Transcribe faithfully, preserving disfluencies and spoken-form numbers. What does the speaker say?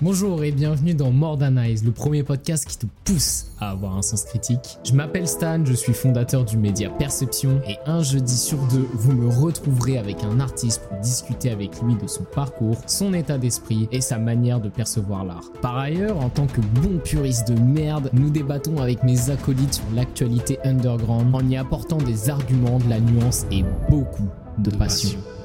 Bonjour et bienvenue dans More Than Eyes, le premier podcast qui te pousse à avoir un sens critique. Je m'appelle Stan, je suis fondateur du média Perception et un jeudi sur deux, vous me retrouverez avec un artiste pour discuter avec lui de son parcours, son état d'esprit et sa manière de percevoir l'art. Par ailleurs, en tant que bon puriste de merde, nous débattons avec mes acolytes sur l'actualité underground en y apportant des arguments, de la nuance et beaucoup de, de passion. passion.